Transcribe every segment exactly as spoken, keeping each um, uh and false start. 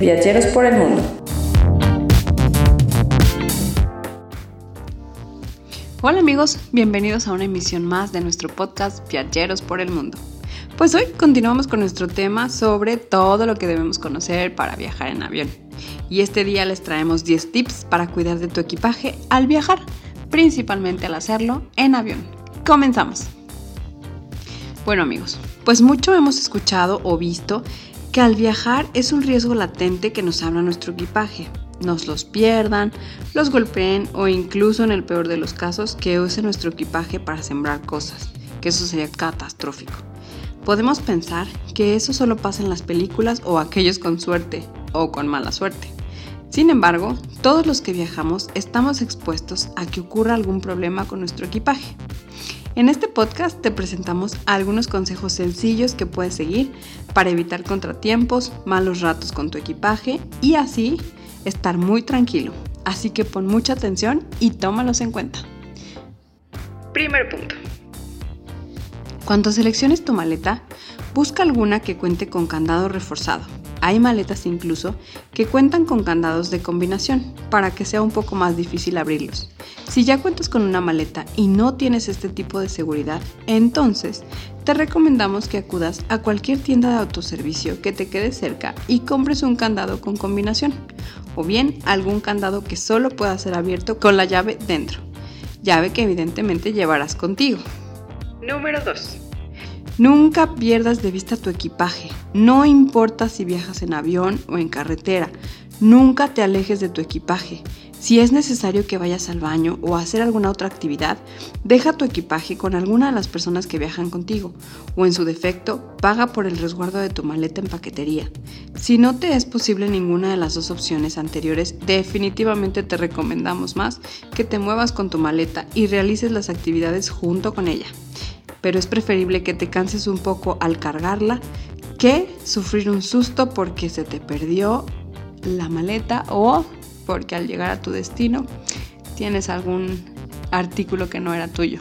Viajeros por el mundo. Hola amigos, bienvenidos a una emisión más de nuestro podcast Viajeros por el mundo. Pues hoy continuamos con nuestro tema sobre todo lo que debemos conocer para viajar en avión. Y este día les traemos diez tips para cuidar de tu equipaje al viajar, principalmente al hacerlo en avión. Comenzamos. Bueno amigos, pues mucho hemos escuchado o visto que al viajar es un riesgo latente que nos habla nuestro equipaje. Nos los pierdan, los golpeen o incluso en el peor de los casos que use nuestro equipaje para sembrar cosas, que eso sería catastrófico. Podemos pensar que eso solo pasa en las películas o aquellos con suerte o con mala suerte. Sin embargo, todos los que viajamos estamos expuestos a que ocurra algún problema con nuestro equipaje. En este podcast te presentamos algunos consejos sencillos que puedes seguir para evitar contratiempos, malos ratos con tu equipaje y así estar muy tranquilo. Así que pon mucha atención y tómalos en cuenta. Primer punto. Cuando selecciones tu maleta, busca alguna que cuente con candado reforzado. Hay maletas incluso que cuentan con candados de combinación para que sea un poco más difícil abrirlos. Si ya cuentas con una maleta y no tienes este tipo de seguridad, entonces te recomendamos que acudas a cualquier tienda de autoservicio que te quede cerca y compres un candado con combinación, o bien algún candado que solo pueda ser abierto con la llave dentro, llave que evidentemente llevarás contigo. Número dos. Nunca pierdas de vista tu equipaje, no importa si viajas en avión o en carretera, nunca te alejes de tu equipaje. Si es necesario que vayas al baño o a hacer alguna otra actividad, deja tu equipaje con alguna de las personas que viajan contigo, o en su defecto, paga por el resguardo de tu maleta en paquetería. Si no te es posible ninguna de las dos opciones anteriores, definitivamente te recomendamos más que te muevas con tu maleta y realices las actividades junto con ella. Pero es preferible que te canses un poco al cargarla que sufrir un susto porque se te perdió la maleta o porque al llegar a tu destino tienes algún artículo que no era tuyo.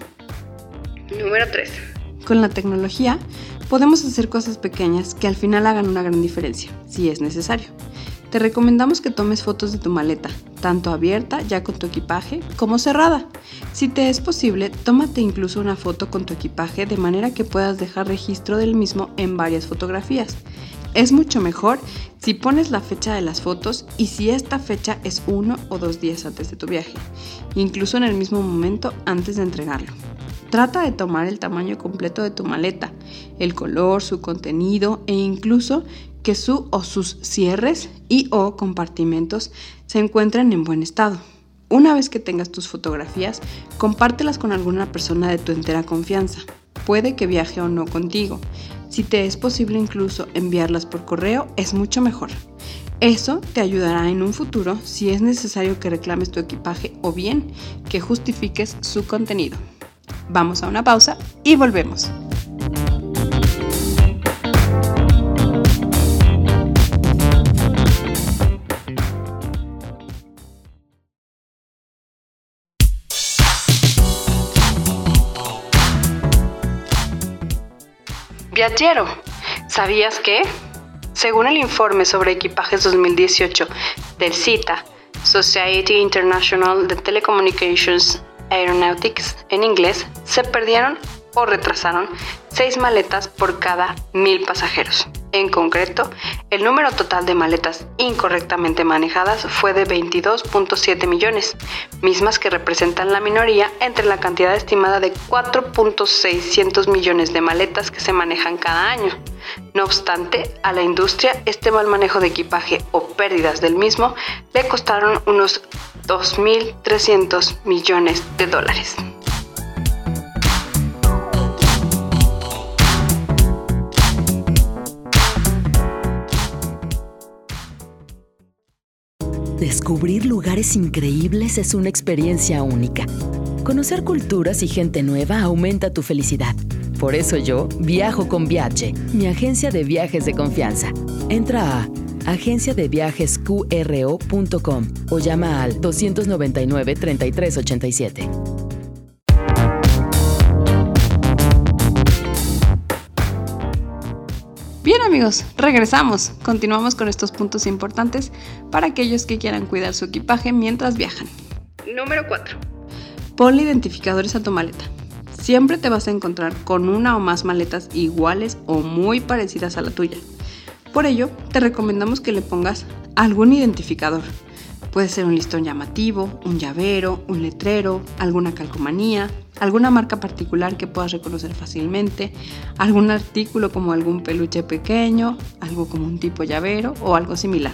Número tres. Con la tecnología podemos hacer cosas pequeñas que al final hagan una gran diferencia, si es necesario. Te recomendamos que tomes fotos de tu maleta, tanto abierta ya con tu equipaje como cerrada. Si te es posible, tómate incluso una foto con tu equipaje de manera que puedas dejar registro del mismo en varias fotografías. Es mucho mejor si pones la fecha de las fotos y si esta fecha es uno o dos días antes de tu viaje, incluso en el mismo momento antes de entregarlo. Trata de tomar el tamaño completo de tu maleta, el color, su contenido e incluso que su o sus cierres y o compartimentos se encuentren en buen estado. Una vez que tengas tus fotografías, compártelas con alguna persona de tu entera confianza. Puede que viaje o no contigo. Si te es posible incluso enviarlas por correo, es mucho mejor. Eso te ayudará en un futuro si es necesario que reclames tu equipaje o bien que justifiques su contenido. Vamos a una pausa y volvemos. Viajero, ¿sabías que? Según el informe sobre equipajes dos mil dieciocho del C I T A, Society International de Telecommunications Aeronautics en inglés, se perdieron o retrasaron seis maletas por cada mil pasajeros. En concreto, el número total de maletas incorrectamente manejadas fue de veintidós punto siete millones, mismas que representan la minoría entre la cantidad estimada de cuatro punto seiscientos millones de maletas que se manejan cada año. No obstante, a la industria este mal manejo de equipaje o pérdidas del mismo le costaron unos dos mil trescientos millones de dólares. Descubrir lugares increíbles es una experiencia única. Conocer culturas y gente nueva aumenta tu felicidad. Por eso yo viajo con Viaje, mi agencia de viajes de confianza. Entra a agencia de viajes q r o punto com o llama al dos nueve nueve, treinta y tres ochenta y siete. Bien amigos, regresamos. Continuamos con estos puntos importantes para aquellos que quieran cuidar su equipaje mientras viajan. Número cuatro. Ponle identificadores a tu maleta. Siempre te vas a encontrar con una o más maletas iguales o muy parecidas a la tuya. Por ello, te recomendamos que le pongas algún identificador. Puede ser un listón llamativo, un llavero, un letrero, alguna calcomanía, alguna marca particular que puedas reconocer fácilmente, algún artículo como algún peluche pequeño, algo como un tipo llavero o algo similar.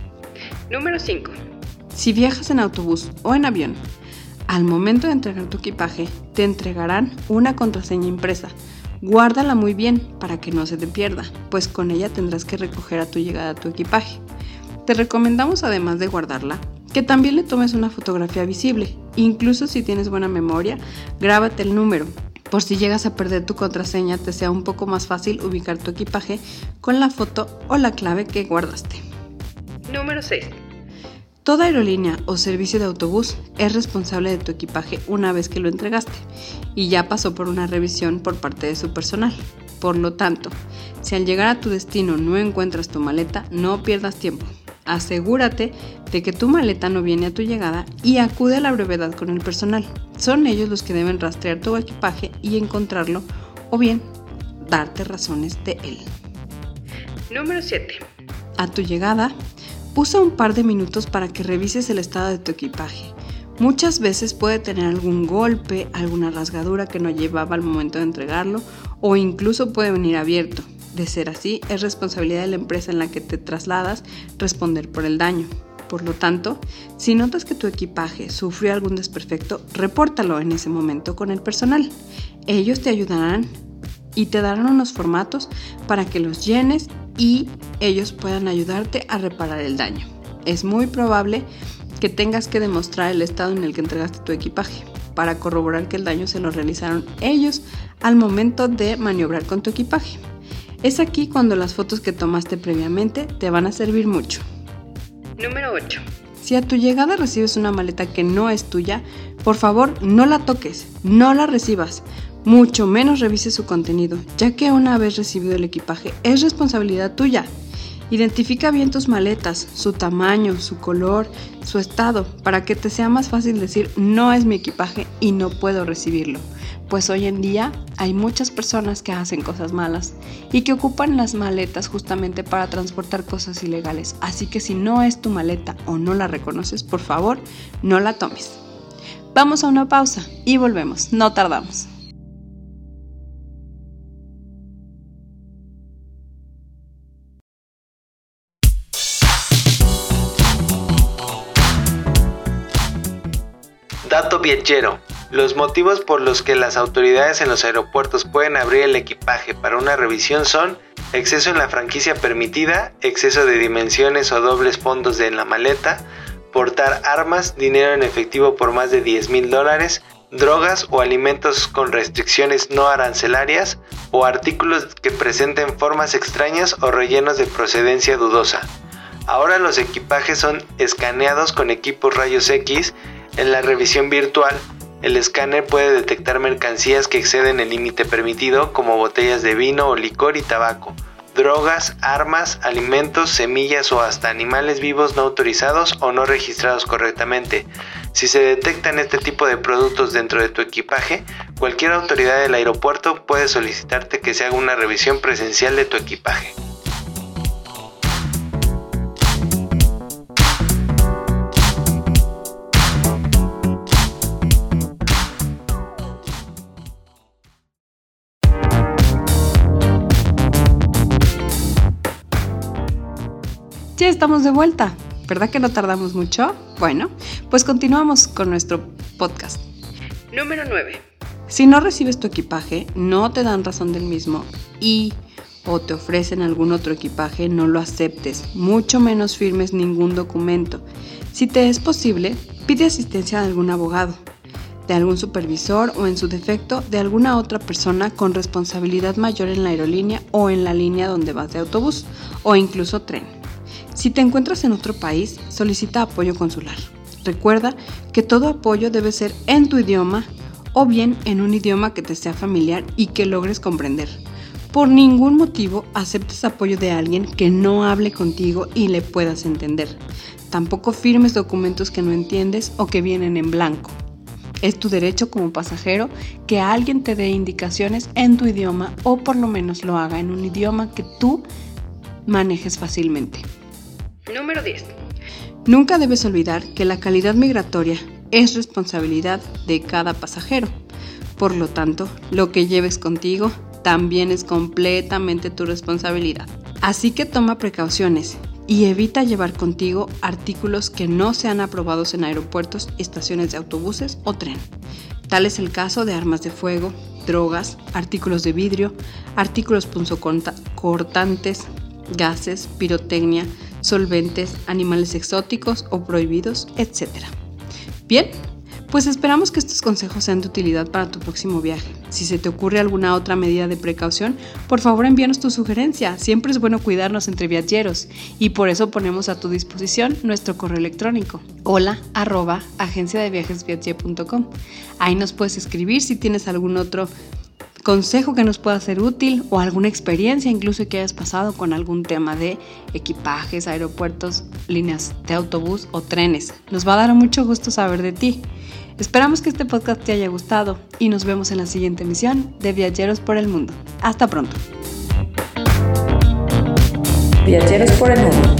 Número cinco. Si viajas en autobús o en avión, al momento de entregar tu equipaje, te entregarán una contraseña impresa. Guárdala muy bien para que no se te pierda, pues con ella tendrás que recoger a tu llegada tu equipaje. Te recomendamos, además de guardarla, que también le tomes una fotografía visible. Incluso si tienes buena memoria, grábate el número. Por si llegas a perder tu contraseña, te sea un poco más fácil ubicar tu equipaje con la foto o la clave que guardaste. Número seis. Toda aerolínea o servicio de autobús es responsable de tu equipaje una vez que lo entregaste y ya pasó por una revisión por parte de su personal. Por lo tanto, si al llegar a tu destino no encuentras tu maleta, no pierdas tiempo. Asegúrate de que tu maleta no viene a tu llegada y acude a la brevedad con el personal. Son ellos los que deben rastrear tu equipaje y encontrarlo o bien darte razones de él. Número siete. A tu llegada, usa un par de minutos para que revises el estado de tu equipaje. Muchas veces puede tener algún golpe, alguna rasgadura que no llevaba al momento de entregarlo o incluso puede venir abierto. De ser así, es responsabilidad de la empresa en la que te trasladas responder por el daño. Por lo tanto, si notas que tu equipaje sufrió algún desperfecto, repórtalo en ese momento con el personal. Ellos te ayudarán y te darán unos formatos para que los llenes y ellos puedan ayudarte a reparar el daño. Es muy probable que tengas que demostrar el estado en el que entregaste tu equipaje para corroborar que el daño se lo realizaron ellos al momento de maniobrar con tu equipaje. Es aquí cuando las fotos que tomaste previamente te van a servir mucho. Número ocho. Si a tu llegada recibes una maleta que no es tuya, por favor no la toques, no la recibas, mucho menos revises su contenido, ya que una vez recibido el equipaje es responsabilidad tuya. Identifica bien tus maletas, su tamaño, su color, su estado, para que te sea más fácil decir no es mi equipaje y no puedo recibirlo. Pues hoy en día hay muchas personas que hacen cosas malas y que ocupan las maletas justamente para transportar cosas ilegales. Así que si no es tu maleta o no la reconoces, por favor, no la tomes. Vamos a una pausa y volvemos, no tardamos. Dato viajero. Los motivos por los que las autoridades en los aeropuertos pueden abrir el equipaje para una revisión son exceso en la franquicia permitida, exceso de dimensiones o dobles fondos de en la maleta, portar armas, dinero en efectivo por más de diez mil dólares, drogas o alimentos con restricciones no arancelarias o artículos que presenten formas extrañas o rellenos de procedencia dudosa. Ahora los equipajes son escaneados con equipos rayos X. En la revisión virtual, el escáner puede detectar mercancías que exceden el límite permitido, como botellas de vino o licor y tabaco, drogas, armas, alimentos, semillas o hasta animales vivos no autorizados o no registrados correctamente. Si se detectan este tipo de productos dentro de tu equipaje, cualquier autoridad del aeropuerto puede solicitarte que se haga una revisión presencial de tu equipaje. Ya estamos de vuelta, ¿verdad que no tardamos mucho? Bueno, pues continuamos con nuestro podcast. Número nueve. Si no recibes tu equipaje, no te dan razón del mismo y o te ofrecen algún otro equipaje, no lo aceptes, mucho menos firmes ningún documento. Si te es posible, pide asistencia de algún abogado, de algún supervisor o en su defecto de alguna otra persona con responsabilidad mayor en la aerolínea o en la línea donde vas de autobús o incluso tren. Si te encuentras en otro país, solicita apoyo consular. Recuerda que todo apoyo debe ser en tu idioma o bien en un idioma que te sea familiar y que logres comprender. Por ningún motivo aceptes apoyo de alguien que no hable contigo y le puedas entender. Tampoco firmes documentos que no entiendes o que vienen en blanco. Es tu derecho como pasajero que alguien te dé indicaciones en tu idioma o por lo menos lo haga en un idioma que tú manejes fácilmente. Número diez. Nunca debes olvidar que la calidad migratoria es responsabilidad de cada pasajero. Por lo tanto, lo que lleves contigo también es completamente tu responsabilidad. Así que toma precauciones y evita llevar contigo artículos que no sean aprobados en aeropuertos, estaciones de autobuses o tren. Tal es el caso de armas de fuego, drogas, artículos de vidrio, artículos punzocortantes, gases, pirotecnia, solventes, animales exóticos o prohibidos, etcétera. Bien, pues esperamos que estos consejos sean de utilidad para tu próximo viaje. Si se te ocurre alguna otra medida de precaución, por favor envíanos tu sugerencia. Siempre es bueno cuidarnos entre viajeros y por eso ponemos a tu disposición nuestro correo electrónico hola arroba agencia de viajes viaje punto com. Ahí nos puedes escribir si tienes algún otro consejo que nos pueda ser útil o alguna experiencia incluso que hayas pasado con algún tema de equipajes, aeropuertos, líneas de autobús o trenes. Nos va a dar mucho gusto saber de ti. Esperamos que este podcast te haya gustado y nos vemos en la siguiente emisión de Viajeros por el Mundo. Hasta pronto. Viajeros por el Mundo.